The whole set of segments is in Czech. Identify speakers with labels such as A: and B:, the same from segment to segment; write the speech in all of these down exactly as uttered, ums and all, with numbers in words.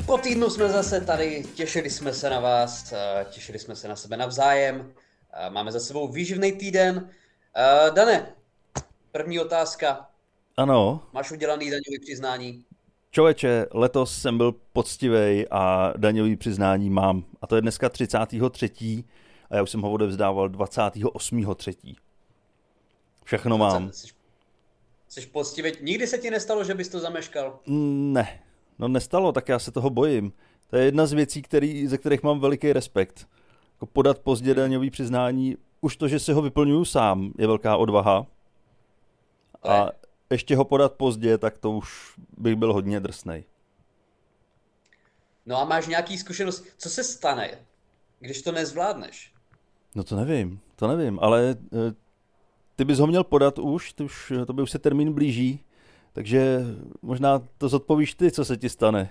A: Po týdnu jsme zase tady, těšili jsme se na vás, těšili jsme se na sebe navzájem. Máme za sebou výživný týden. Dane, první otázka.
B: Ano.
A: Máš udělaný daňový přiznání?
B: Člověče, letos jsem byl poctivej a daňový přiznání mám. A to je dneska třicátého třetího a já už jsem ho odevzdával dvacátého osmého třetího Všechno mám.
A: Jsi, jsi poctivý. Nikdy se ti nestalo, že bys to zameškal?
B: Ne, no nestalo, tak já se toho bojím. To je jedna z věcí, který, ze kterých mám veliký respekt. Jako podat pozdě daňový přiznání, už to, že si ho vyplňuju sám, je velká odvaha. A ještě ho podat pozdě, tak to už bych byl hodně drsnej.
A: No a máš nějaký zkušenost, co se stane, když to nezvládneš?
B: No to nevím, to nevím, ale ty bys ho měl podat už, to, už, to by už se termín blíží, takže možná to zodpovíš ty, co se ti stane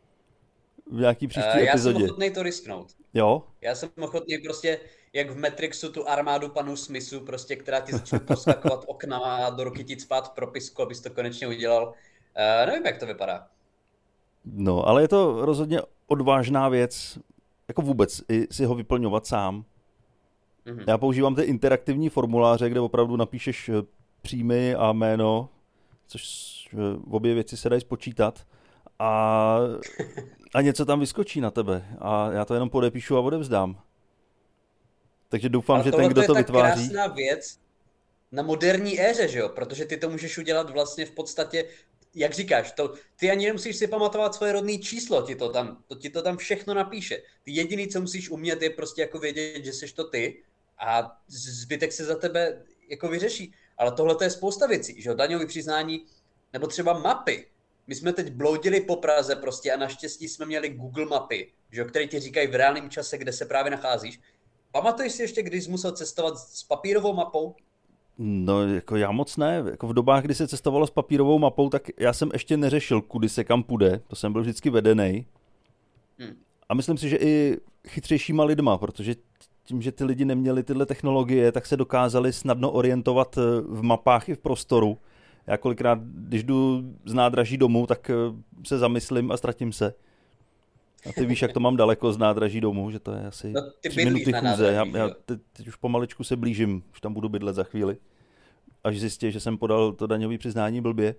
B: v nějaký příští
A: uh, já
B: epizodě.
A: Já jsem ochotný to risknout.
B: Jo?
A: Já jsem ochotný prostě, jak v Matrixu, tu armádu panu Smithu, prostě, která ti začne poskakovat oknama a do ruky ti cpát propisku, abys to konečně udělal. Uh, nevím, jak to vypadá.
B: No, ale je to rozhodně odvážná věc, jako vůbec, i si ho vyplňovat sám. Mm-hmm. Já používám ty interaktivní formuláře, kde opravdu napíšeš příjmy a jméno, což obě věci se dají spočítat a, a něco tam vyskočí na tebe a já to jenom podepíšu a odevzdám. Takže doufám,
A: ale
B: že ten, kdo to vytváří...
A: Ale to je tak krásná věc na moderní éře, že jo? Protože ty to můžeš udělat vlastně v podstatě, jak říkáš, to, ty ani nemusíš si pamatovat svoje rodné číslo, ti to, tam, to ti to tam všechno napíše. Ty jediný, co musíš umět, je prostě jako vědět, že jsi to ty a zbytek se za tebe jako vyřeší. Ale tohle to je spousta věcí, že jo? Daňový přiznání, nebo třeba mapy. My jsme teď bloudili po Praze prostě a naštěstí jsme měli Google mapy, že jo? Které ti říkají v reálném čase, kde se právě nacházíš. Pamatuješ si ještě, když jsi musel cestovat s papírovou mapou?
B: No, jako já moc ne. Jako v dobách, kdy se cestovalo s papírovou mapou, tak já jsem ještě neřešil, kudy se kam půjde. To jsem byl vždycky vedený. Hmm. A myslím si, že i chytřejšíma lidma, protože tím, že ty lidi neměli tyhle technologie, tak se dokázali snadno orientovat v mapách i v prostoru. Já kolikrát, když jdu z nádraží domů, tak se zamyslím a ztratím se. A ty víš, jak to mám daleko z nádraží domů, že to je asi
A: no,
B: tři minuty chůze. Já, já teď, teď už pomaličku se blížím, už tam budu bydlet za chvíli. Až zjistí, že jsem podal to daňové přiznání blbě.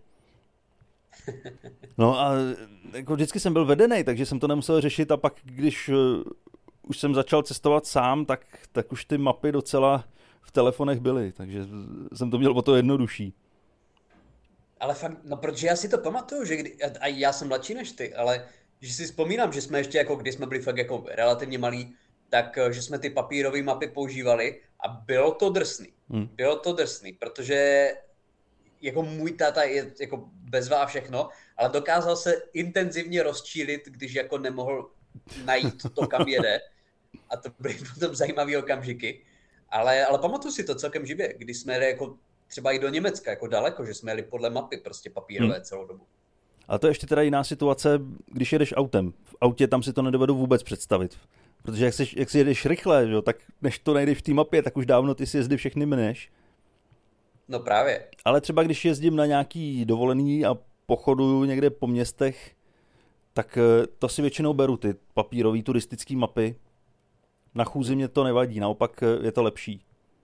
B: No a jako vždycky jsem byl vedený, takže jsem to nemusel řešit a pak, když uh, už jsem začal cestovat sám, tak, tak už ty mapy docela v telefonech byly, takže jsem to měl o to jednodušší.
A: Ale fakt, no protože já si to pamatuju, že kdy, a já jsem mladší než ty, ale že si vzpomínám, že jsme ještě jako, když jsme byli fakt jako relativně malí, tak že jsme ty papírové mapy používali a bylo to drsný. Hmm. Bylo to drsný, protože jako můj táta je jako bezva a všechno, ale dokázal se intenzivně rozčílit, když jako nemohl najít to, kam jede. A to byly potom zajímavé okamžiky. Ale, ale pamatuju si to celkem živě, když jsme jeli jako třeba i do Německa, jako daleko, že jsme jeli podle mapy prostě papírové hmm. celou dobu.
B: Ale to je ještě teda jiná situace, když jedeš autem. V autě tam si to nedovedu vůbec představit. Protože jak, seš, jak si jedeš rychle, že, tak než to najdeš v té mapě, tak už dávno ty si jezdy všechny mineš.
A: No právě.
B: Ale třeba když jezdím na nějaký dovolený a pochodu někde po městech, tak to si většinou beru, ty papírový turistický mapy. Na chůzi mě to nevadí, naopak je to lepší.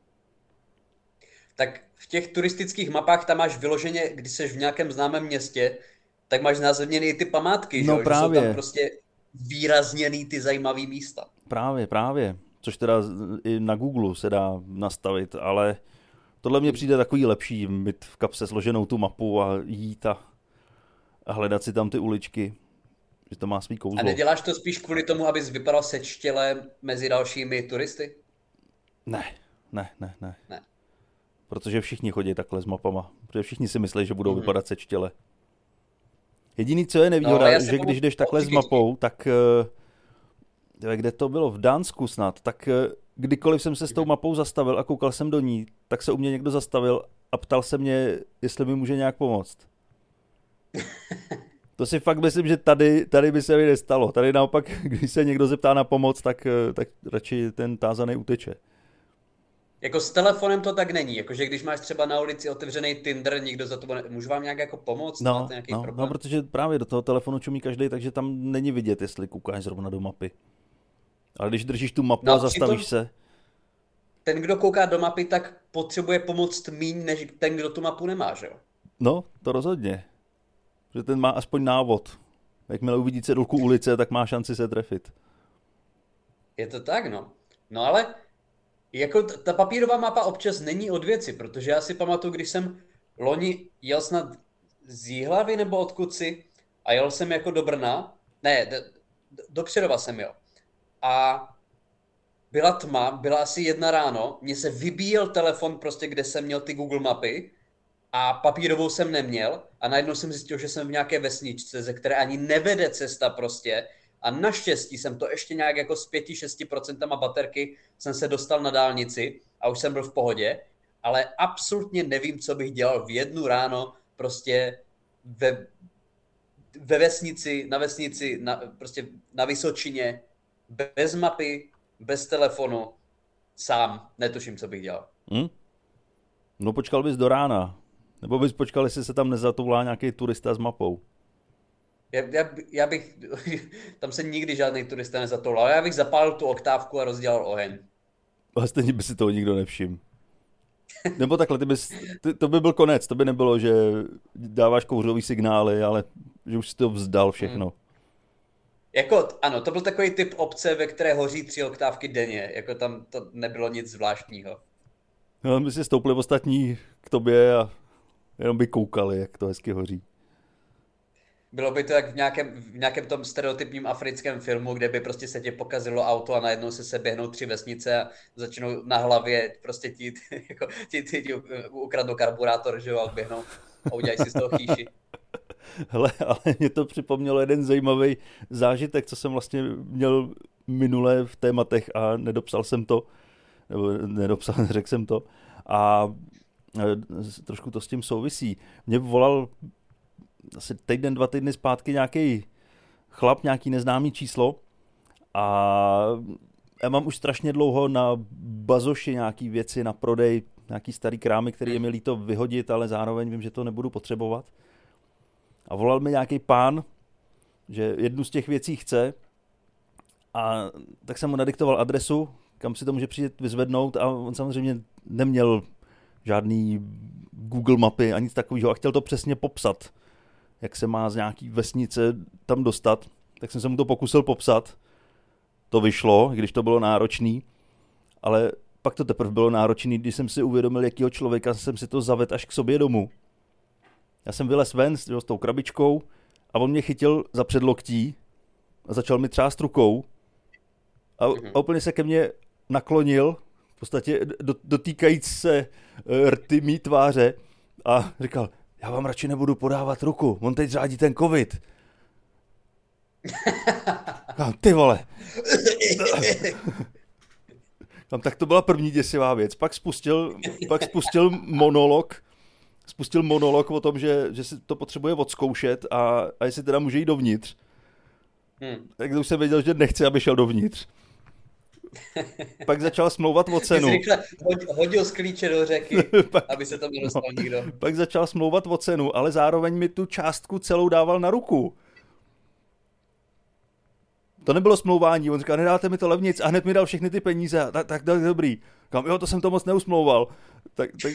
A: Tak v těch turistických mapách tam máš vyloženě, když jsi v nějakém známém městě, tak máš znázorněný i ty památky,
B: no
A: že,
B: právě.
A: že jsou tam prostě výrazněný ty zajímavý místa.
B: Právě, právě. Což teda i na Google se dá nastavit, ale tohle mně přijde takový lepší, mít v kapse složenou tu mapu a jít a, a hledat si tam ty uličky, že to má svý kouzlo.
A: A neděláš to spíš kvůli tomu, abys vypadal sečtěle mezi dalšími turisty?
B: Ne, ne, ne, ne.
A: ne.
B: Protože všichni chodí takhle s mapama, protože všichni si myslí, že budou mm-hmm. vypadat sečtěle. Jediný, co je nevýhoda, no, že když jdeš takhle s mapou, tak kde to bylo, v Dánsku snad, tak kdykoliv jsem se s tou mapou zastavil a koukal jsem do ní, tak se u mě někdo zastavil a ptal se mě, jestli mi může nějak pomoct. To si fakt myslím, že tady, tady by se mi nestalo. Tady naopak, když se někdo zeptá na pomoc, tak, tak radši ten tázaný uteče.
A: Jako s telefonem to tak není, jakože když máš třeba na ulici otevřený Tinder, někdo za to bude, můžu vám nějak jako pomoct?
B: No,
A: Máte nějaký
B: no,
A: problém?
B: no, protože právě do toho telefonu čumí každý, takže tam není vidět, jestli koukáš zrovna do mapy. Ale když držíš tu mapu
A: No
B: a
A: a
B: zastavíš
A: přitom
B: se,
A: ten, kdo kouká do mapy, tak potřebuje pomoct míň, než ten, kdo tu mapu nemá, že jo?
B: no, to rozhodně. Že ten má aspoň návod. Jakmile uvidí cedulku ulice, tak má šanci se trefit.
A: Je to tak, no. No ale jako t- ta papírová mapa občas není od věci, protože já si pamatuju, když jsem loni jel snad z Jihlavy nebo odkud si a jel jsem jako do Brna, ne, d- d- do Přerova jsem jel. A byla tma, byla asi jedna ráno, mně se vybíjel telefon prostě, kde jsem měl ty Google mapy a papírovou jsem neměl a najednou jsem zjistil, že jsem v nějaké vesničce, ze které ani nevede cesta prostě a naštěstí jsem to ještě nějak jako s pět až šest procent baterky jsem se dostal na dálnici a už jsem byl v pohodě, ale absolutně nevím, co bych dělal v jednu ráno prostě ve, ve vesnici, na vesnici, na, prostě na Vysočině, bez mapy, bez telefonu, sám, netuším, co bych dělal.
B: Hm? No počkal bys do rána. Nebo bys počkal, jestli se tam nezatoulá nějaký turista s mapou.
A: Já, já, já bych, tam se nikdy žádný turista nezatoulal, já bych zapálil tu oktávku a rozdělal oheň.
B: A stejně by si toho nikdo nevšiml. Nebo takhle, ty bys, ty, to by byl konec, to by nebylo, že dáváš kouřový signály, ale že už si to vzdal všechno. Hmm.
A: Jako, ano, to byl takový typ obce, ve které hoří tři oktávky denně, jako tam to nebylo nic zvláštního.
B: No, by si stoupli ostatní k tobě a jenom by koukali, jak to hezky hoří.
A: Bylo by to jak v nějakém, v nějakém tom stereotypním africkém filmu, kde by prostě se tě pokazilo auto a najednou se seběhnou tři vesnice a začnou na hlavě prostě ti, jako, ti, ti, ti ukradnou karburátor, že jo, a běhnou a udělají si z toho chýši.
B: Hele, ale mě to připomnělo jeden zajímavý zážitek, co jsem vlastně měl minule v tématech a nedopsal jsem to, nebo nedopsal, neřekl jsem to a trošku to s tím souvisí. Mě volal asi týden, dva týdny zpátky nějaký chlap, nějaký neznámý číslo a já mám už strašně dlouho na bazoši nějaký věci na prodej, nějaký starý krámy, který je mi líto vyhodit, ale zároveň vím, že to nebudu potřebovat. A volal mi nějaký pán, že jednu z těch věcí chce a tak jsem mu nadiktoval adresu, kam si to může přijít vyzvednout a on samozřejmě neměl žádný Google mapy a nic takového a chtěl to přesně popsat, jak se má z nějaký vesnice tam dostat, tak jsem se mu to pokusil popsat. To vyšlo, když to bylo náročný, ale pak to teprve bylo náročný, když jsem si uvědomil, jakýho člověka jsem si to zavedl až k sobě domů. Já jsem vylez ven s tou krabičkou a on mě chytil za předloktí a začal mi třást rukou a, a úplně se ke mně naklonil, v podstatě dotýkajíc se rty mý tváře a říkal, já vám radši nebudu podávat ruku, on teď řádí ten covid. Kam, ty vole. Tam, tak to byla první děsivá věc. Pak spustil, pak spustil monolog, spustil monolog o tom, že, že si to potřebuje odzkoušet a, a jestli teda může jít dovnitř. Hmm. Tak už jsem věděl, že nechci, aby šel dovnitř. Pak začal smlouvat o cenu.
A: Rychle hodil z klíče do řeky, pak, aby se tam nedostal no, nikdo.
B: Pak začal smlouvat o cenu, ale zároveň mi tu částku celou dával na ruku. To nebylo smlouvání, on říkal, nedáte mi to levnic a hned mi dal všechny ty peníze, tak, tak, tak dobrý. Kam, jo, to jsem to moc neusmlouval. Tak, tak...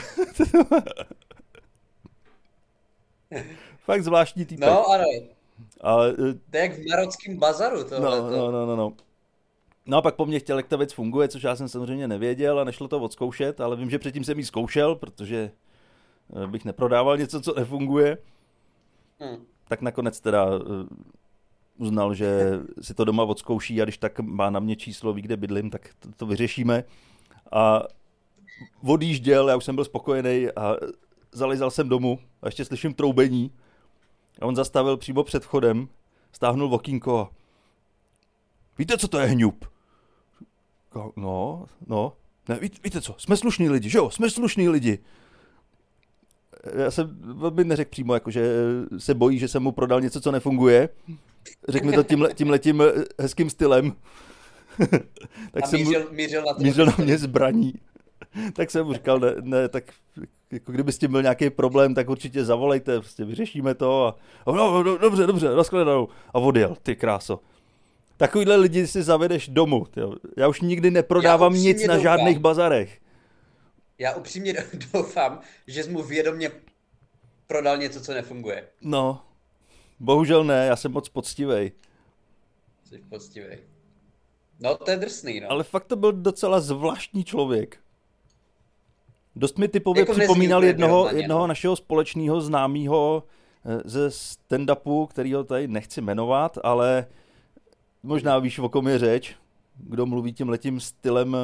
B: Fakt zvláštní týpek.
A: No, ano.
B: A,
A: to je jak v marockém bazaru tohleto.
B: No, no, no, no, no. No a pak po mně chtěl, jak ta věc funguje, což já jsem samozřejmě nevěděl a nešlo to odzkoušet, ale vím, že předtím jsem ji zkoušel, protože bych neprodával něco, co nefunguje. Hmm. Tak nakonec teda uznal, že si to doma odzkouší a když tak má na mě číslo, ví, kde bydlím, tak to, to vyřešíme. A odjížděl, já už jsem byl spokojený a zalezal jsem domů a ještě slyším troubení. A on zastavil přímo před vchodem, stáhnul okýnko a víte, co to je hňup? No, no. Ne, ví, víte co, jsme slušní lidi, že jo? Jsme slušní lidi. Já jsem by neřekl přímo, jako, že se bojí, že jsem mu prodal něco, co nefunguje. Řekl mi to tímhle, tímhletím hezkým stylem. Tak
A: a
B: jsem
A: mířil, mířil, na,
B: mířil na mě zbraní. Tak jsem mu říkal, ne, ne tak jako kdyby s tím byl nějaký problém, tak určitě zavolejte, prostě vyřešíme to a, a no, no, dobře, dobře, nashledanou a odjel, ty kráso. Takovýhle lidi si zavedeš domů, tyjo. Já už nikdy neprodávám nic na
A: doufám,
B: žádných bazarech.
A: Já upřímně doufám, že jsi mu vědomě prodal něco, co nefunguje.
B: No, bohužel ne, já jsem moc poctivej.
A: Jsi poctivej. No, to je drsný, no.
B: Ale fakt to byl docela zvláštní člověk. Dost mi typově
A: Jako
B: připomínal jednoho,
A: vyrovnaně,
B: jednoho
A: no.
B: našeho společného známého ze stand-upu, kterýho tady nechci jmenovat, ale možná víš, o kom je řeč, kdo mluví tím letím stylem,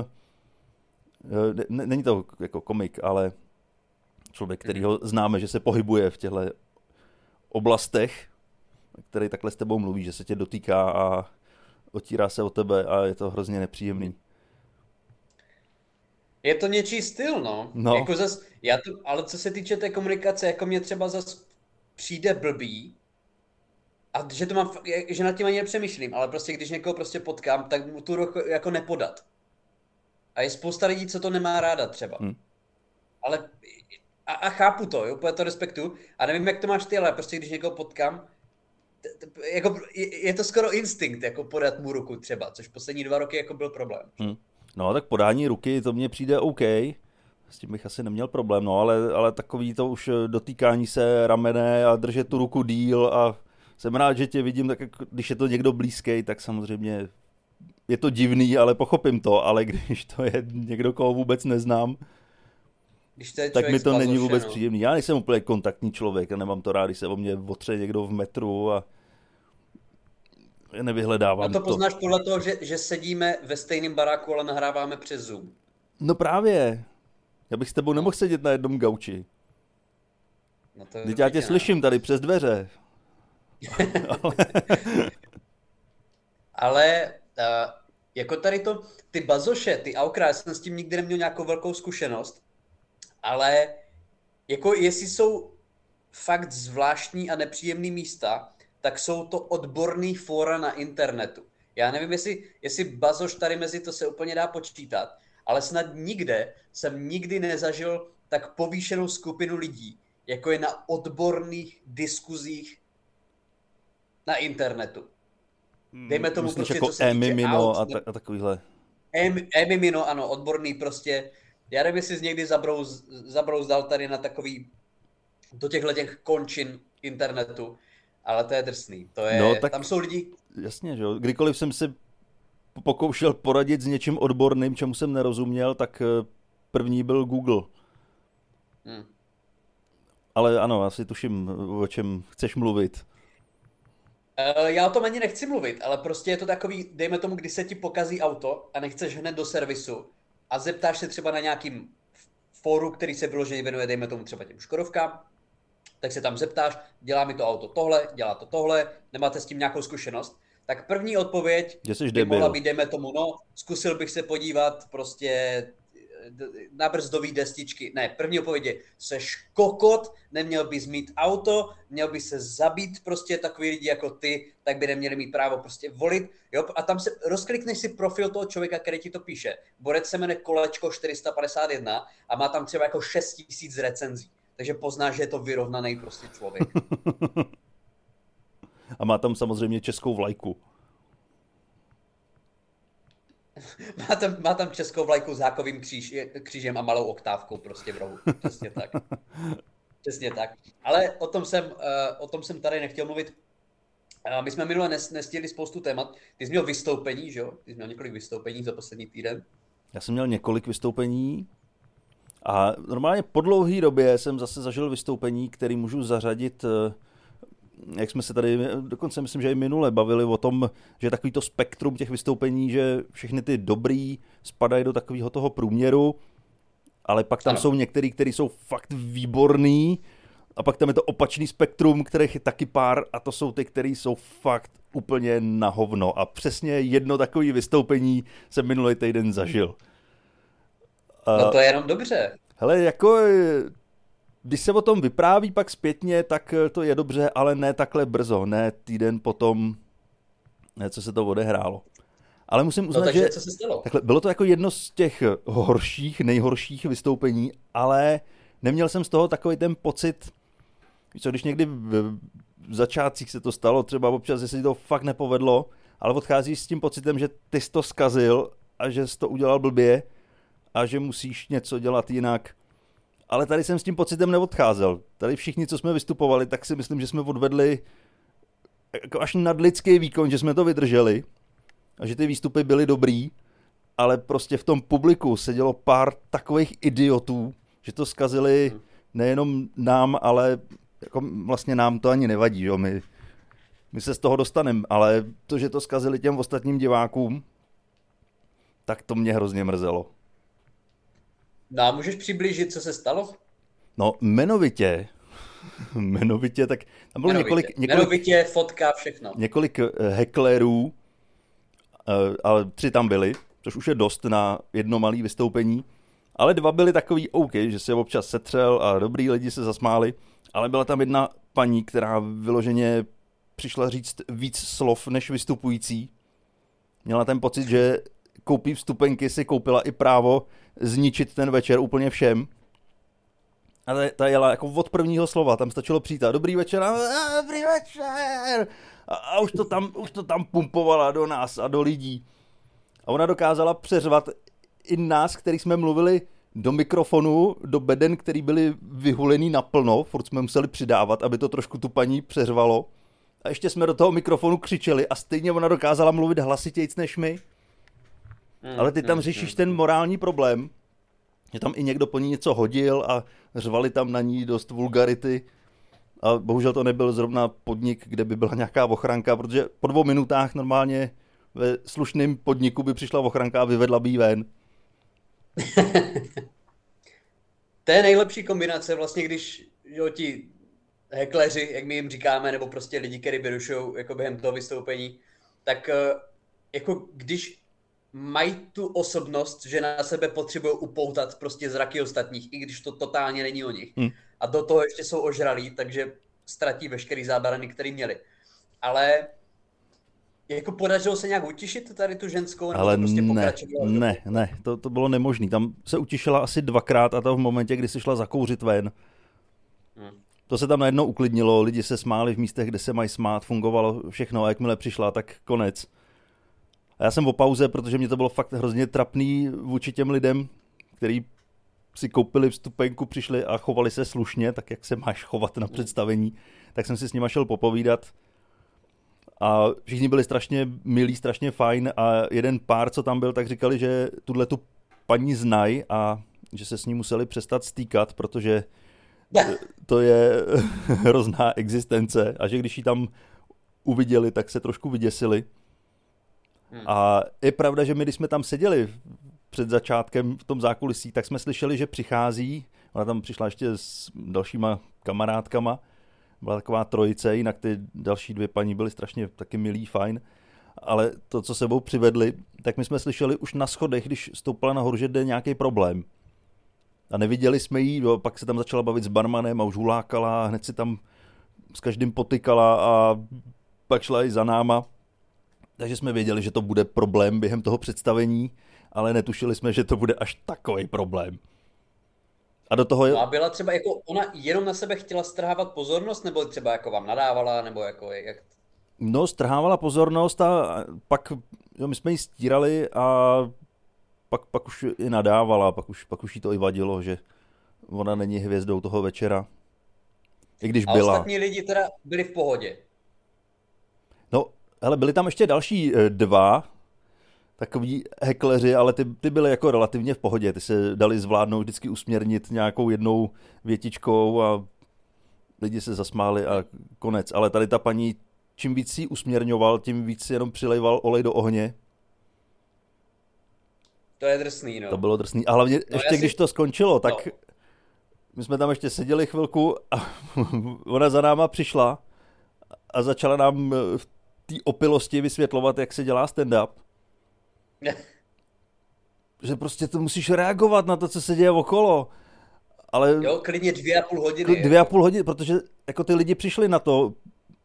B: není to jako komik, ale člověk, kterýho známe, že se pohybuje v těchto oblastech, který takhle s tebou mluví, že se tě dotýká a otírá se o tebe a je to hrozně nepříjemný.
A: Je to něčí styl, no.
B: no.
A: Jako zas, já to, ale co se týče té komunikace, jako mě třeba zas přijde blbý, a že to mám, že nad tím ani nepřemýšlím, ale prostě když někoho prostě potkám, tak mu tu ruku jako nepodat. A je spousta lidí, co to nemá ráda třeba. Hmm. Ale a, a chápu to, jo, úplně to respektuju. A nevím, jak to máš ty, ale prostě když někoho potkám, t, t, jako, je, je to skoro instinkt, jako podat mu ruku třeba, což poslední dva roky jako byl problém.
B: Hmm. No tak podání ruky, to mně přijde OK. S tím bych asi neměl problém, no, ale, ale takový to už dotýkání se ramene a držet tu ruku díl a jsem rád, že tě vidím, tak jako, když je to někdo blízký, tak samozřejmě je to divný, ale pochopím to, ale když to je někdo, koho vůbec neznám,
A: když to je
B: tak mi to
A: zbazoše,
B: není vůbec
A: no.
B: příjemný. Já nejsem úplně kontaktní člověk a nemám to rád, když se o mě otře někdo v metru a nevyhledávám
A: to.
B: to.
A: to poznáš podle toho, že, že sedíme ve stejném baráku, ale nahráváme přes Zoom.
B: No právě. Já bych s tebou nemohl sedět na jednom gauči.
A: No to
B: Teď já tě ne. slyším tady přes dveře.
A: ale ale uh, jako tady to, ty bazoše, ty aukra, já jsem s tím nikdy neměl nějakou velkou zkušenost, ale jako jestli jsou fakt zvláštní a nepříjemný místa, tak jsou to odborný fóra na internetu. Já nevím, jestli, jestli bazoš tady mezi to se úplně dá počítat, ale snad nikde jsem nikdy nezažil tak povýšenou skupinu lidí, jako je na odborných diskuzích na internetu. Dejme tomu
B: Myslíš
A: prostě,
B: jako
A: co se týče
B: Emimino
A: aut,
B: a, ta, a takovýhle.
A: Emimino, ano, odborný prostě. Já nevím, jestli jsi někdy zabrouz, zabrouzdal tady na takový, do těchto těch končin internetu, ale to je drsný. To je,
B: no, tak,
A: tam jsou lidi...
B: Jasně, že jo. Kdykoliv jsem se pokoušel poradit s něčím odborným, čemu jsem nerozuměl, tak první byl Google. Hmm. Ale ano, asi tuším, o čem chceš mluvit.
A: Já o tom ani nechci mluvit, ale prostě je to takový, dejme tomu, když se ti pokazí auto a nechceš hned do servisu a zeptáš se třeba na nějakým fóru, který se vyloženě věnuje, dejme tomu třeba těm Škodovkám, tak se tam zeptáš, dělá mi to auto tohle, dělá to tohle, nemáte s tím nějakou zkušenost, tak první odpověď by mohla být, dejme tomu, no, zkusil bych se podívat prostě na brzdový destičky. Ne, první odpověď je, seš kokot, neměl bys mít auto, měl by se zabít prostě takový lidi jako ty, tak by neměli mít právo prostě volit. Jo? A tam se rozklikneš si profil toho člověka, který ti to píše. Borec se jmenuje Kolečko čtyři sta padesát jedna a má tam třeba jako šest tisíc recenzí. Takže poznáš, že je to vyrovnaný prostě člověk.
B: A má tam samozřejmě českou vlajku.
A: Má tam, má tam českou vlajku s hákovým kříž, křížem a malou oktávkou prostě v rohu. Přesně tak. Přesně tak. Ale o tom jsem, uh, o tom jsem tady nechtěl mluvit. Uh, my jsme minule nes, nestihli spoustu témat. Ty jsi měl vystoupení, že jo? Ty jsi měl několik vystoupení za poslední týden.
B: Já jsem měl několik vystoupení a normálně po dlouhé době jsem zase zažil vystoupení, který můžu zařadit, jak jsme se tady, dokonce myslím, že i minule bavili o tom, že je takový to spektrum těch vystoupení, že všechny ty dobrý spadají do takového toho průměru, ale pak tam ano. jsou některý, který jsou fakt výborný a pak tam je to opačný spektrum, kterých je taky pár a to jsou ty, který jsou fakt úplně na hovno a přesně jedno takové vystoupení jsem minulý týden zažil.
A: No to je jenom dobře.
B: Hele, jako když se o tom vypráví pak zpětně, tak to je dobře, ale ne takhle brzo, ne týden potom, ne, co se to odehrálo. Ale musím uznat,
A: no, takže
B: že
A: co se stalo?
B: Takhle, bylo to jako jedno z těch horších, nejhorších vystoupení, ale neměl jsem z toho takový ten pocit, co když někdy v začátcích se to stalo, třeba občas, že se ti to fakt nepovedlo, ale odcházíš s tím pocitem, že ty jsi to zkazil a že jsi to udělal blbě a že musíš něco dělat jinak. Ale tady jsem s tím pocitem neodcházel. Tady všichni, co jsme vystupovali, tak si myslím, že jsme odvedli jako až nadlidský výkon, že jsme to vydrželi a že ty výstupy byly dobrý, ale prostě v tom publiku sedělo pár takových idiotů, že to zkazili nejenom nám, ale jako vlastně nám to ani nevadí, jo? My, my se z toho dostaneme, ale to, že to zkazili těm ostatním divákům, tak to mě hrozně mrzelo.
A: No a můžeš přiblížit, co se stalo?
B: No jmenovitě, jmenovitě, tak tam bylo
A: Jmenovitě.
B: několik, několik,
A: jmenovitě, fotka, všechno.
B: několik hecklerů, ale tři tam byli, což už je dost na jedno malé vystoupení, ale dva byli takový OK, že se občas setřel a dobrý lidi se zasmáli, ale byla tam jedna paní, která vyloženě přišla říct víc slov než vystupující. Měla ten pocit, že koupí vstupenky, si koupila i právo zničit ten večer úplně všem. A ta, ta jela jako od prvního slova, tam stačilo přijít a dobrý večer, a dobrý večer. A, a už, to tam, už to tam pumpovala do nás a do lidí. A ona dokázala přeřvat i nás, který jsme mluvili do mikrofonu, do beden, který byly vyhulený naplno, furt jsme museli přidávat, aby to trošku tu paní přeřvalo. A ještě jsme do toho mikrofonu křičeli a stejně ona dokázala mluvit hlasitějc než my. Mm, Ale ty tam mm, řešíš mm, ten morální problém, že tam i někdo po ní něco hodil a řvali tam na ní dost vulgarity. A bohužel to nebyl zrovna podnik, kde by byla nějaká ochranka, protože po dvou minutách normálně ve slušném podniku by přišla ochranka a vyvedla by jí ven.
A: To je nejlepší kombinace vlastně, když jo, ti hekleři, jak my jim říkáme, nebo prostě lidi, kteří vyrušují jako během toho vystoupení, tak jako když mají tu osobnost, že na sebe potřebují upoutat prostě zraky ostatních, i když to totálně není o nich. Hmm. A do toho ještě jsou ožralí, takže ztratí veškerý zábrany, který měli. Ale jako podařilo se nějak utišit tady tu ženskou? Nebo
B: ale
A: prostě
B: ne, ne, ne, to, to bylo nemožné. Tam se utišila asi dvakrát a to v momentě, kdy se šla zakouřit ven. Hmm. To se tam najednou uklidnilo, lidi se smáli v místech, kde se mají smát, fungovalo všechno a jakmile přišla, tak konec. A já jsem o pauze, protože mě to bylo fakt hrozně trapný vůči těm lidem, kteří si koupili vstupenku, přišli a chovali se slušně, tak jak se máš chovat na představení, tak jsem si s nima šel popovídat. A všichni byli strašně milí, strašně fajn a jeden pár, co tam byl, tak říkali, že tuhle tu paní znají a že se s ní museli přestat stýkat, protože to je hrozná existence a že když ji tam uviděli, tak se trošku vyděsili. Hmm. A je pravda, že my, když jsme tam seděli před začátkem v tom zákulisí, tak jsme slyšeli, že přichází, ona tam přišla ještě s dalšíma kamarádkama, byla taková trojice, jinak ty další dvě paní byly strašně taky milý, fajn, ale to, co sebou přivedli, tak my jsme slyšeli už na schodech, když stoupala nahoru, že jde nějaký problém. A neviděli jsme jí, jo, pak se tam začala bavit s barmanem a už hulákala, hned si tam s každým potykala a pak šla i za náma. Takže jsme věděli, že to bude problém během toho představení, ale netušili jsme, že to bude až takový problém. A do toho...
A: No a byla třeba jako, ona jenom na sebe chtěla strhávat pozornost, nebo třeba jako vám nadávala, nebo jako jak...
B: No, strhávala pozornost a pak, jo, my jsme ji stírali a pak, pak už i nadávala, pak už, pak už jí to i vadilo, že ona není hvězdou toho večera. I když
A: a
B: byla.
A: A ostatní lidi teda byli v pohodě.
B: No, hele, byli tam ještě další dva takový hekleři, ale ty, ty byly jako relativně v pohodě. Ty se dali zvládnout vždycky usměrnit nějakou jednou větičkou a lidi se zasmáli a konec. Ale tady ta paní, čím víc si usměrňoval, tím víc si jenom přilejval olej do ohně.
A: To je drsný, no.
B: To bylo drsný. A hlavně no, ještě si... když to skončilo, tak no. My jsme tam ještě seděli chvilku a ona za náma přišla a začala nám v té opilosti vysvětlovat, jak se dělá stand-up. Že prostě to musíš reagovat na to, co se děje okolo. Ale
A: jo, klidně dvě a půl hodiny.
B: Dvě a půl hodiny, protože jako ty lidi přišli na to,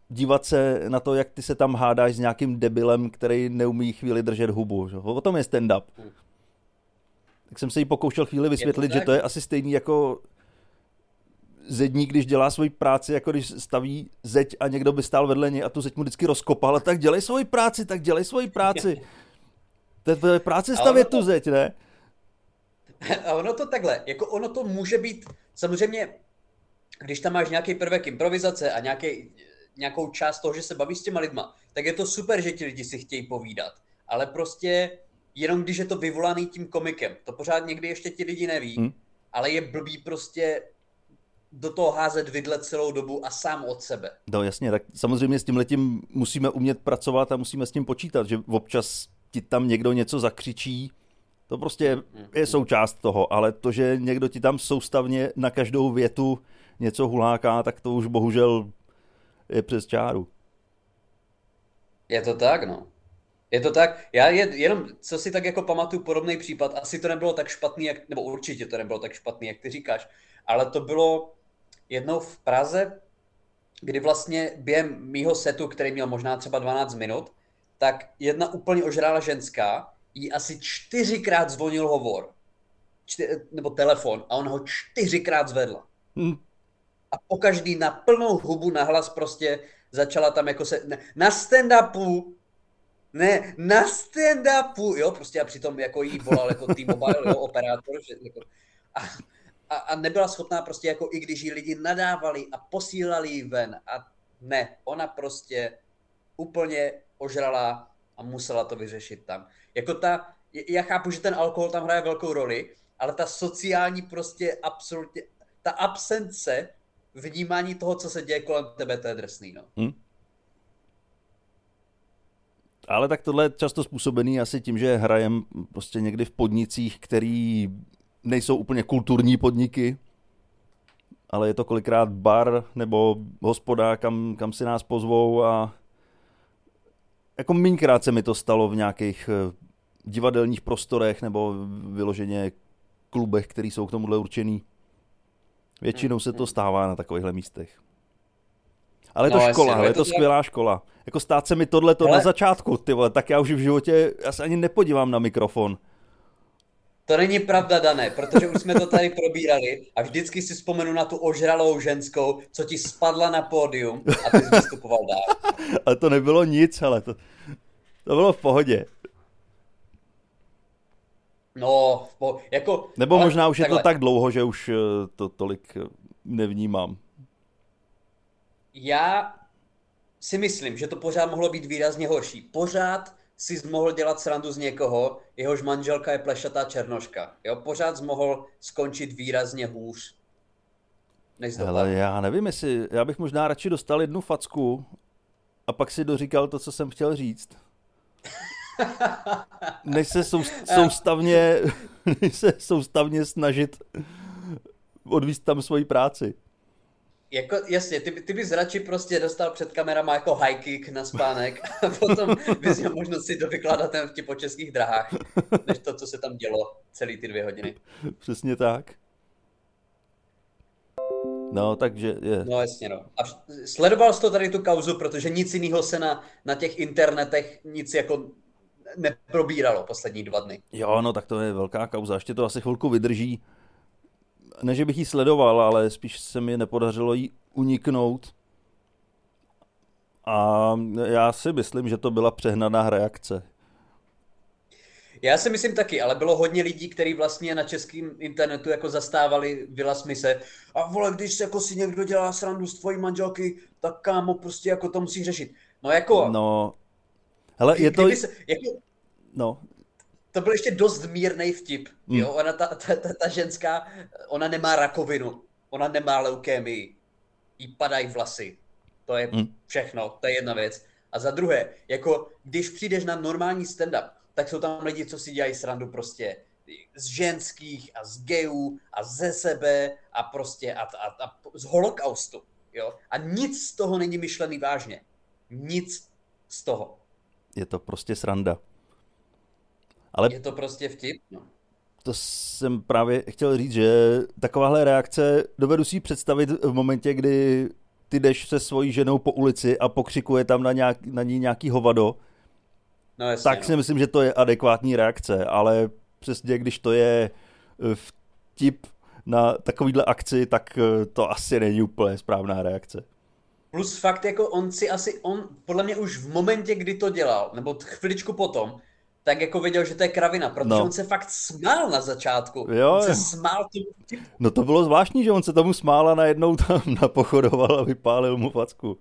B: dívat se na to, jak ty se tam hádáš s nějakým debilem, který neumí chvíli držet hubu. Že? O tom je stand-up. Hmm. Tak jsem se jí pokoušel chvíli vysvětlit, to že to je asi stejný jako zedník, když dělá svoji práci, jako když staví zeď a někdo by stál vedle něj a tu zeď mu vždycky rozkopal, a tak dělej svoji práci, tak dělej svoji práci. To je práce stavět tu zeď, ne?
A: A ono to takhle, jako ono to může být, samozřejmě, když tam máš nějaký prvek improvizace a nějaký, nějakou část toho, že se bavíš s těma lidma, tak je to super, že ti lidi si chtějí povídat. Ale prostě jenom když je to vyvolaný tím komikem, to pořád někdy ještě ti lidi neví, hmm. ale je blbý prostě do toho házet vidle celou dobu a sám od sebe.
B: No jasně, tak samozřejmě s tímhletím musíme umět pracovat a musíme s tím počítat, že občas ti tam někdo něco zakřičí, to prostě je součást toho, ale to, že někdo ti tam soustavně na každou větu něco huláká, tak to už bohužel je přes čáru.
A: Je to tak, no. Je to tak, já je, jenom, co si tak jako pamatuju, podobný případ, asi to nebylo tak špatný, jak, nebo určitě to nebylo tak špatný, jak ty říkáš, ale to bylo jednou v Praze, kdy vlastně během mýho setu, který měl možná třeba dvanáct minut, tak jedna úplně ožrálá ženská, jí asi čtyřikrát zvonil hovor, čty, nebo telefon, a ona ho čtyřikrát zvedla. Hmm. A pokaždý na plnou hubu nahlas prostě začala tam jako se, ne, na stand-upu, ne, na stand-upu, jo, prostě a přitom jako jí volal jako T-Mobile, jo, operátor, že, jako, a, a, a nebyla schopná prostě jako, i když jí lidi nadávali a posílali jí ven, a ne, ona prostě úplně ožrala a musela to vyřešit tam. Jako ta, já chápu, že ten alkohol tam hraje velkou roli, ale ta sociální prostě absolutně, ta absence vnímání toho, co se děje kolem tebe, to je drsný, no. Hmm.
B: Ale tak tohle je často způsobený asi tím, že hrajem prostě někdy v podnicích, který nejsou úplně kulturní podniky, ale je to kolikrát bar nebo hospoda, kam, kam si nás pozvou, a jako míňkrát se mi to stalo v nějakých divadelních prostorech nebo vyloženě klubech, který jsou k tomuhle určený. Většinou se to stává na takovýchhle místech. Ale je to no, škola, ale je to, to skvělá škola. Jako stát se mi tohleto ale... na začátku, ty vole, tak já už v životě, já se ani nepodívám na mikrofon.
A: To není pravda, Dané, protože už jsme to tady probírali a vždycky si vzpomenu na tu ožralou ženskou, co ti spadla na pódium a ty jsi vystupoval dál.
B: Ale to nebylo nic, ale to, to bylo v pohodě.
A: No, po, jako...
B: Nebo možná už takhle. Je to tak dlouho, že už to tolik nevnímám.
A: Já si myslím, že to pořád mohlo být výrazně horší. Pořád si mohl dělat srandu z někoho, jehož manželka je plešatá černoška. Jo? Pořád jsi mohl skončit výrazně hůř.
B: Ale já nevím, jestli... Já bych možná radši dostal jednu facku a pak si doříkal to, co jsem chtěl říct. Než se soustavně, než se soustavně snažit odvízt tam svoji práci.
A: Jako, jasně, ty, ty bys radši prostě dostal před kamerama jako high kick na spánek a potom bys měl možnost si dovykládat ten vtip po českých drahách, než to, co se tam dělo celý ty dvě hodiny.
B: Přesně tak. No, takže je.
A: No jasně, no. A sledoval jsi to tady tu kauzu, protože nic jiného se na, na těch internetech nic jako neprobíralo poslední dva dny.
B: Jo, no tak to je velká kauza, ještě to asi chvilku vydrží. Ne, že bych ji sledoval, ale spíš se mi nepodařilo jí uniknout. A já si myslím, že to byla přehnaná reakce.
A: Já si myslím taky, ale bylo hodně lidí, kteří vlastně na českém internetu jako zastávali Willa Smithe. A vole, když se jako si někdo dělá srandu z tvojí manželky, tak kámo, prostě jako to musí řešit. No jako...
B: No, hele, je to...
A: Se, jako,
B: no...
A: To byl ještě dost mírnej vtip, mm. jo, ona, ta, ta, ta, ta ženská, ona nemá rakovinu, ona nemá leukémii, jí padají vlasy, to je mm. všechno, to je jedna věc. A za druhé, jako když přijdeš na normální stand-up, tak jsou tam lidi, co si dělají srandu prostě z ženských a z gayů a ze sebe a prostě a, a, a z holokaustu, jo. A nic z toho není myšlený vážně, nic z toho.
B: Je to prostě sranda. Ale
A: je to prostě vtip, no.
B: To jsem právě chtěl říct, že takováhle reakce dovedu si ji představit v momentě, kdy ty jdeš se svojí ženou po ulici a pokřikuje tam na, nějak, na ní nějaký hovado,
A: no jasně,
B: tak
A: no.
B: si myslím, že to je adekvátní reakce, ale přesně když to je vtip na takovýhle akci, tak to asi není úplně správná reakce.
A: Plus fakt jako on si asi, on podle mě už v momentě, kdy to dělal, nebo chviličku potom, tak jako věděl, že to je kravina, protože no. on se fakt smál na začátku.
B: Jo,
A: on se
B: jo.
A: smál tomu vtipu.
B: No to bylo zvláštní, že on se tomu smál a najednou tam napochodoval a vypálil mu facku.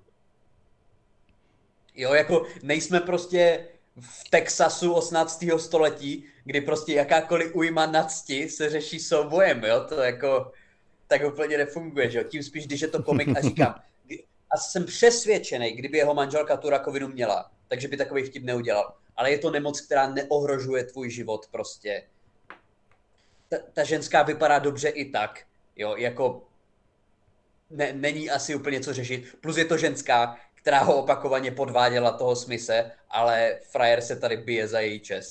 A: Jo, jako nejsme prostě v Texasu osmnáctého století, kdy prostě jakákoliv ujma na cti se řeší soubojem, jo, to jako tak úplně nefunguje, že jo, tím spíš, když je to komik a říkám, a jsem přesvědčený, kdyby jeho manželka tu rakovinu měla, takže by takový vtip neudělal, ale je to nemoc, která neohrožuje tvůj život prostě. Ta, ta ženská vypadá dobře i tak, jo, jako ne, není asi úplně co řešit, plus je to ženská, která ho opakovaně podváděla toho Smise, ale frajer se tady bije za její čest.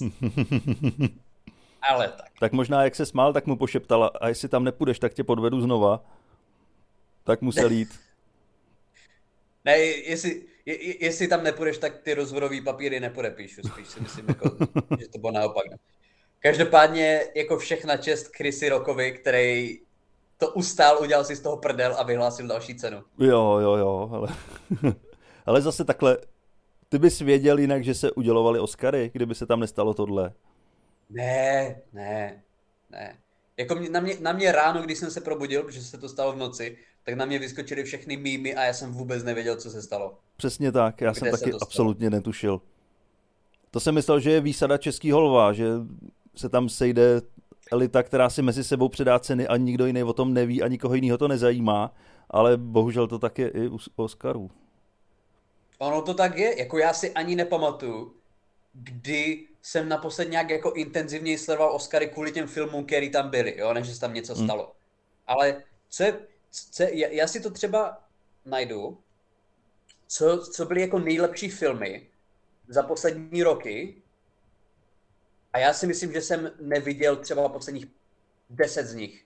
A: Ale tak.
B: Tak možná, jak se smál, tak mu pošeptala, a jestli tam nepůjdeš, tak tě podvedu znova. Tak musel jít.
A: Ne, jestli, je, jestli tam nepůjdeš, tak ty rozvodový papíry nepodepíšu. Spíš si myslím, jako, že to bylo naopak. Každopádně jako všechna čest Chrisi Rockovi, který to ustál, udělal si z toho prdel a vyhlásil další cenu.
B: Jo, jo, jo, ale... ale zase takhle, ty bys věděl jinak, že se udělovaly Oscary, kdyby se tam nestalo tohle?
A: Ne, ne, ne. Jako mě, na, mě, na mě ráno, když jsem se probudil, protože se to stalo v noci, tak na mě vyskočily všechny mýmy a já jsem vůbec nevěděl, co se stalo.
B: Přesně tak, já Kde jsem taky absolutně netušil. To jsem myslel, že je výsada českýho lva, že se tam sejde elita, která si mezi sebou předá ceny a nikdo jiný o tom neví a nikoho jiného to nezajímá, ale bohužel to tak je i u Oscarů.
A: Ono to tak je, jako já si ani nepamatuju, kdy jsem naposled nějak jako intenzivněji sledoval Oscary kvůli těm filmům, který tam byly, jo, než se tam něco stalo. Hmm. Ale co je, co je, já, já si to třeba najdu, co, co byly jako nejlepší filmy za poslední roky a já si myslím, že jsem neviděl třeba posledních deset z nich.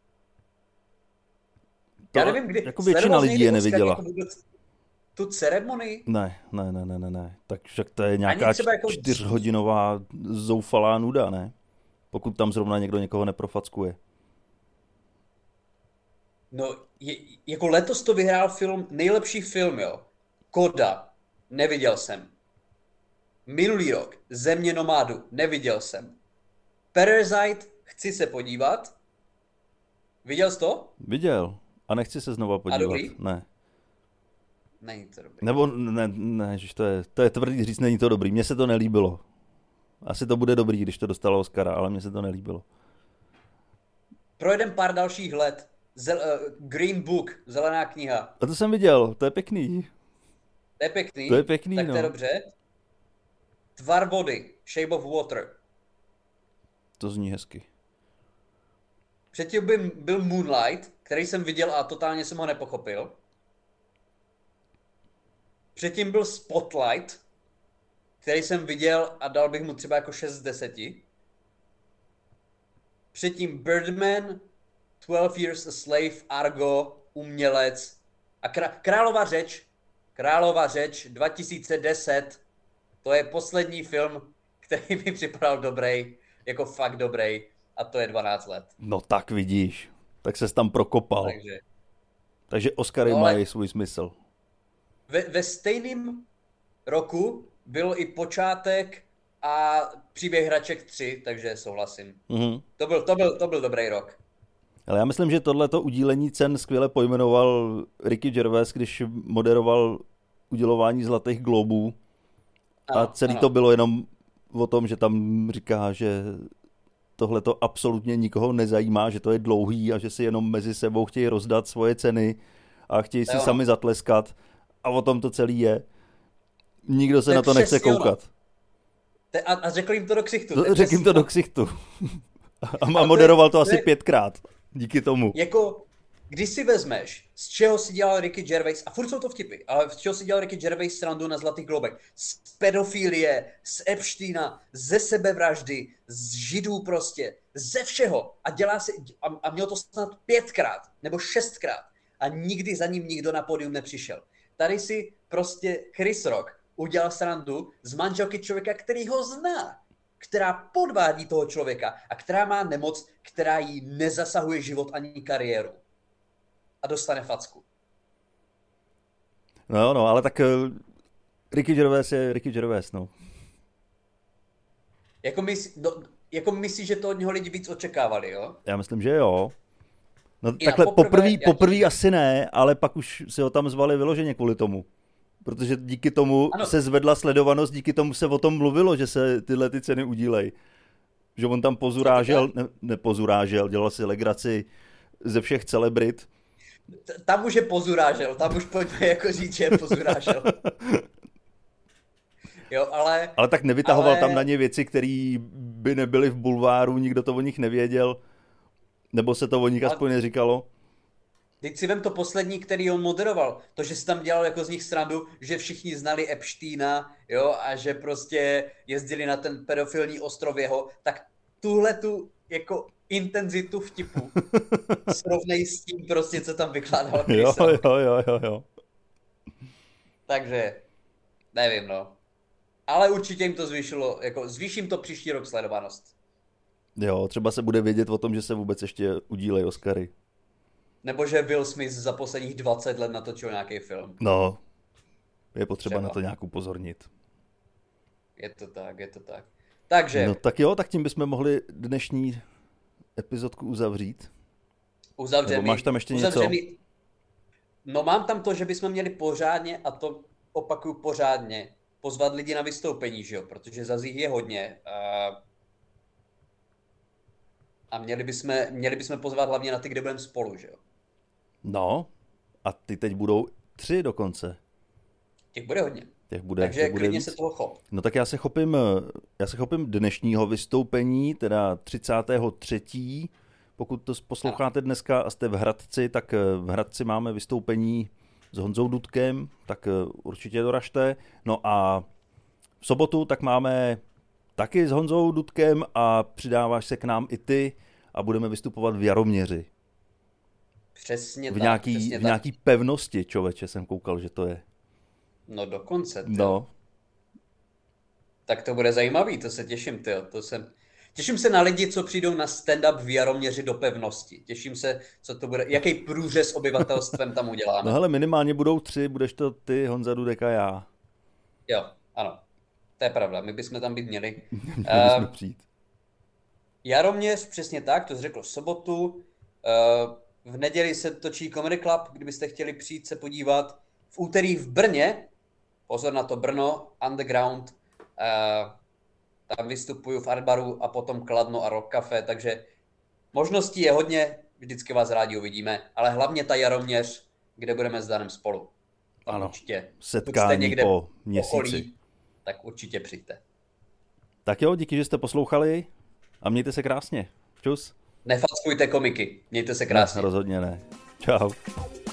B: To,
A: já nevím, kdy...
B: Jako většina lidí je neviděla.
A: Jako tu ceremonii?
B: Ne, ne, ne, ne, ne, ne. Tak však to je nějaká jako čtyřhodinová zoufalá nuda, ne? Pokud tam zrovna někdo někoho neprofackuje.
A: No, je, jako letos to vyhrál film, nejlepší film, jo. Koda, neviděl jsem. Minulý rok, Země nomádu, neviděl jsem. Parasite, chci se podívat. Viděl jsi to?
B: Viděl. A nechci se znova podívat.
A: A dobrý?
B: Ne.
A: Není to dobrý.
B: Nebo ne, ne že to je, to je tvrdý říct, není to dobrý. Mně se to nelíbilo. Asi to bude dobrý, když to dostalo Oscara, ale mně se to nelíbilo.
A: Projedem pár dalších let. Zel, uh, Green Book, zelená kniha.
B: A to jsem viděl, to je pěkný.
A: To je pěkný?
B: To je pěkný,
A: tak
B: no.
A: to je dobře. Tvar vody, Shape of Water.
B: To zní hezky.
A: Předtím byl, byl Moonlight, který jsem viděl a totálně jsem ho nepochopil. Předtím byl Spotlight, který jsem viděl a dal bych mu třeba jako šest z deseti. Předtím Birdman, twelve Years a Slave, Argo, Umělec a krá- Králová řeč. Králová řeč dva tisíce deset. To je poslední film, který mi připadal dobrý, jako fakt dobrý. A to je dvanáct let.
B: No tak vidíš, tak ses tam prokopal.
A: Takže,
B: Takže Oscary no, mají svůj smysl.
A: Ve, ve stejném roku byl i počátek a Příběh hraček tři, takže souhlasím. Mm-hmm. To, byl, to, byl, to byl dobrý rok.
B: Ale já myslím, že tohleto udílení cen skvěle pojmenoval Ricky Gervais, když moderoval udělování Zlatých globů. Ano, a celý ano. to bylo jenom o tom, že tam říká, že tohleto absolutně nikoho nezajímá, že to je dlouhý a že si jenom mezi sebou chtějí rozdat svoje ceny a chtějí si sami zatleskat. A o tom to celý je. Nikdo se to na to nechce koukat.
A: Te, a, a řekl jim to do ksichtu.
B: Řekl jim to do ksichtu. A, a moderoval to, to asi je, pětkrát. Díky tomu.
A: Jako, když si vezmeš, z čeho si dělal Ricky Gervais, a furt jsou to vtipy, ale z čeho si dělal Ricky Gervais srandu na Zlatých globech. Z pedofilie, z Epsteina, ze sebevraždy, z židů prostě, ze všeho. A dělá si, a, a měl to snad pětkrát, nebo šestkrát. a nikdy za ním nikdo na pódium nepřišel. Tady si prostě Chris Rock udělal srandu z manželky člověka, který ho zná, která podvádí toho člověka a která má nemoc, která jí nezasahuje život ani kariéru. A dostane facku.
B: No, no, ale tak uh, Ricky Gervais je Ricky Gervais, no.
A: Jako, mysl, no, jako myslíš, že to od něho lidi víc očekávali, jo?
B: Já myslím, že jo. No
A: I
B: takhle
A: poprvé,
B: poprvý, poprvý
A: já...
B: asi ne, ale pak už si ho tam zvali vyloženě kvůli tomu. Protože díky tomu ano. se zvedla sledovanost, díky tomu se o tom mluvilo, že se tyhle ty ceny udílej. Že on tam pozurážel, ne, nepozurážel, dělal si legraci ze všech celebrit.
A: Tam už je pozurážel, tam už pojďme jako říct, že je pozurážel. Jo, ale...
B: Ale tak nevytahoval
A: ale...
B: tam na ně věci, které by nebyly v bulváru, nikdo to o nich nevěděl, nebo se to o nich ale... aspoň neříkalo.
A: Teď si vem to poslední, který on moderoval. To, že si tam dělal jako z nich srandu, že všichni znali Epsteina, jo, a že prostě jezdili na ten pedofilní ostrov jeho, tak tuhle tu jako intenzitu vtipu srovnej s tím prostě, co tam vykládal Chris
B: jo,
A: Rock.
B: jo, jo, jo, jo.
A: Takže, nevím, no. Ale určitě jim to zvýšilo, jako zvýším to příští rok sledovanost.
B: Jo, třeba se bude vědět o tom, že se vůbec ještě udílejí Oscary.
A: Nebo že Will Smith za posledních dvacet let natočil nějaký film.
B: No, je potřeba třeba na to nějak upozornit.
A: Je to tak, je to tak. Takže...
B: No tak jo, tak tím bychom mohli dnešní epizodku uzavřít.
A: Uzavřený.
B: Nebo máš tam ještě
A: uzavřený.
B: něco?
A: No mám tam to, že bychom měli pořádně, a to opakuju pořádně, pozvat lidi na vystoupení, že jo? Protože zas jich je hodně. A, a měli bychom, měli bychom pozvat hlavně na ty, kde budeme spolu, že jo?
B: No, a ty teď budou tři dokonce.
A: Těch bude hodně.
B: Těch bude,
A: Takže
B: těch bude
A: klidně
B: víc.
A: se toho chop.
B: No tak já se chopím, já se chopím dnešního vystoupení, teda třicátého třetího Pokud to posloucháte dneska a jste v Hradci, tak v Hradci máme vystoupení s Honzou Dudkem, tak určitě doražte. No a v sobotu tak máme taky s Honzou Dudkem a přidáváš se k nám i ty a budeme vystupovat v Jaroměři.
A: Přesně
B: v
A: tak.
B: Nějaký,
A: přesně
B: v
A: tak.
B: nějaký pevnosti, člověče, jsem koukal, že to je.
A: No dokonce, tyjo.
B: No.
A: Tak to bude zajímavý, to se těším, tyjo. To jsem... Těším se na lidi, co přijdou na stand-up v Jaroměři do pevnosti. Těším se, co to bude, jaký průřez obyvatelstvem tam uděláme.
B: No hele, minimálně budou tři, budeš to ty, Honza Dudek a já.
A: Jo, ano. To je pravda, my bychom tam být měli.
B: Měli bychom
A: uh,
B: přijít.
A: Jaroměř, přesně tak, to jsi řekl v sobotu. Uh, v neděli se točí Comedy Club, kdybyste chtěli přijít se podívat. V úterý v Brně, pozor na to Brno, Underground, uh, tam vystupuju v Artbaru a potom Kladno a Rock Café, takže možností je hodně, vždycky vás rádi uvidíme, ale hlavně ta Jaroměř, kde budeme s Danem spolu. Tam
B: ano,
A: určitě,
B: setkání po měsíci.
A: Okolí, tak určitě přijďte.
B: Tak jo, díky, že jste poslouchali a mějte se krásně. Čus.
A: Nefackujte komiky, mějte se krásně.
B: Ne, rozhodně ne. Čau.